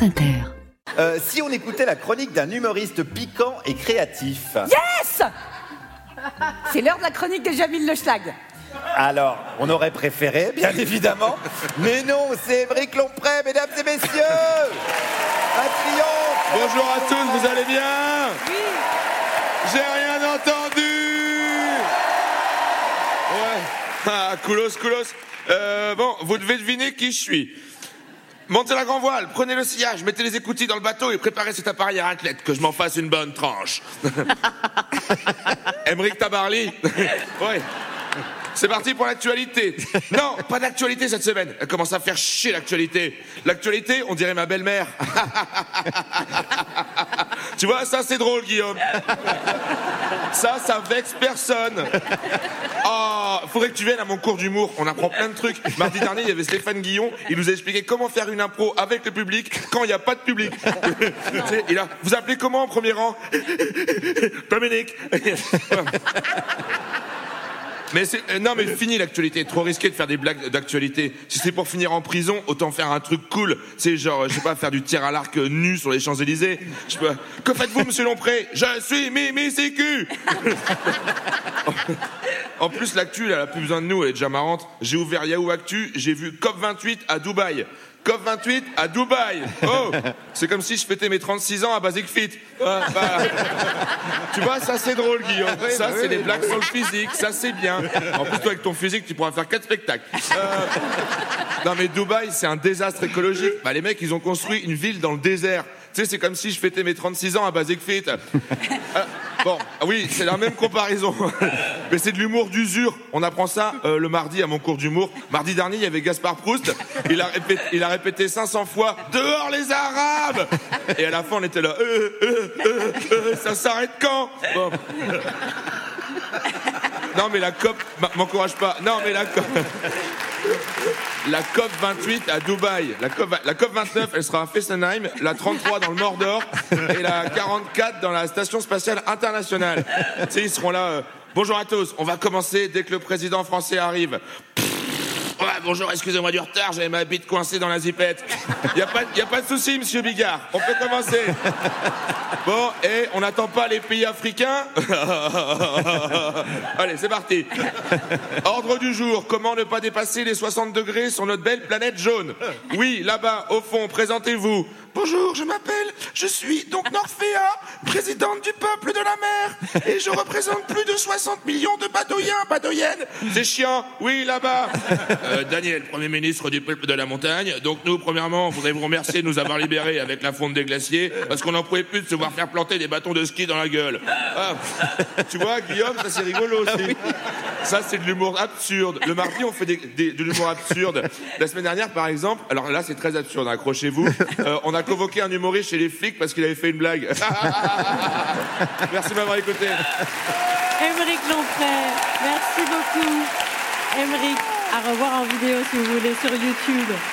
France Inter. Si on écoutait la chronique d'un humoriste piquant et créatif. Yes! C'est l'heure de la chronique de Jamil Le Schlag. Alors, on aurait préféré, bien évidemment. Mais non, c'est Émeric Lomprey, mesdames et messieurs. Un triomphe. Bonjour à tous, vous allez bien? Oui. J'ai rien entendu. Ouais. Ah, coolos. Bon, vous devez deviner qui je suis. Montez la grand voile, prenez le sillage, mettez les écoutilles dans le bateau et préparez cet appareil à raclette, que je m'en fasse une bonne tranche. Émeric Tabarly. Ouais. C'est parti pour l'actualité. Non, pas d'actualité cette semaine. Elle commence à faire chier l'actualité. L'actualité, on dirait ma belle-mère. Tu vois, ça c'est drôle, Guillaume. Ça vexe personne. Oh, faudrait que tu viennes à mon cours d'humour. On apprend plein de trucs. Mardi dernier, il y avait Stéphane Guillon. Il nous a expliqué comment faire une impro avec le public quand il n'y a pas de public. Et là, vous appelez comment en premier rang? Dominique. Mais non, mais fini l'actualité. Trop risqué de faire des blagues d'actualité. Si c'est pour finir en prison, autant faire un truc cool. C'est genre, je sais pas, faire du tir à l'arc nu sur les Champs-Élysées. Je sais pas. Que faites-vous, monsieur Lomprey? Je suis Mimi Sécu. En plus, l'actu, elle a plus besoin de nous, elle est déjà marrante. J'ai ouvert Yahoo Actu, j'ai vu COP28 à Dubaï. COP28 à Dubaï. Oh, c'est comme si je fêtais mes 36 ans à Basic Fit. Tu vois, ça c'est drôle, Guillaume. Ça, c'est des blagues sur le physique. Ça, c'est bien. En plus, toi, avec ton physique, tu pourras faire 4 spectacles. Non, mais Dubaï, c'est un désastre écologique. Bah, les mecs, ils ont construit une ville dans le désert. Tu sais, c'est comme si je fêtais mes 36 ans à Basic Fit. Bon, oui, c'est la même comparaison. Mais c'est de l'humour d'usure. On apprend ça le mardi à mon cours d'humour. Mardi dernier, il y avait Gaspard Proust. Il a répété 500 fois « Dehors les Arabes !» Et à la fin, on était là « Ça s'arrête quand ?» Bon. Non, mais la COP... m'encourage pas. Non, mais la COP... La COP 28 à Dubaï. La COP 29, elle sera à Fessenheim, la 33 dans le Mordor et la 44 dans la Station Spatiale Internationale. Tu sais, ils seront là. Bonjour à tous, on va commencer dès que le président français arrive. Ouais, bonjour, excusez-moi du retard, j'avais ma bite coincée dans la zipette. Y a pas de souci, monsieur Bigard, on peut commencer. Bon, et on n'attend pas les pays africains. Allez, c'est parti. Ordre du jour, comment ne pas dépasser les 60 degrés sur notre belle planète jaune? Oui, là-bas, au fond, présentez-vous. Bonjour, je suis donc Norphea, présidente du peuple de la mer, et je représente plus de 60 millions de badoyennes. C'est chiant, oui, là-bas. Daniel, Premier ministre du peuple de la montagne. Donc nous, premièrement, on voudrait vous remercier de nous avoir libérés avec la fonte des glaciers, parce qu'on n'en pouvait plus de se voir faire planter des bâtons de ski dans la gueule. Ah, tu vois, Guillaume, ça c'est rigolo aussi. Oui. Ça, c'est de l'humour absurde. Le mardi, on fait de l'humour absurde. La semaine dernière, par exemple, alors là, c'est très absurde, accrochez-vous, on a convoqué un humoriste chez les flics parce qu'il avait fait une blague. Merci de m'avoir écouté. Émeric Lomprey, merci beaucoup. Émeric, à revoir en vidéo si vous voulez sur YouTube.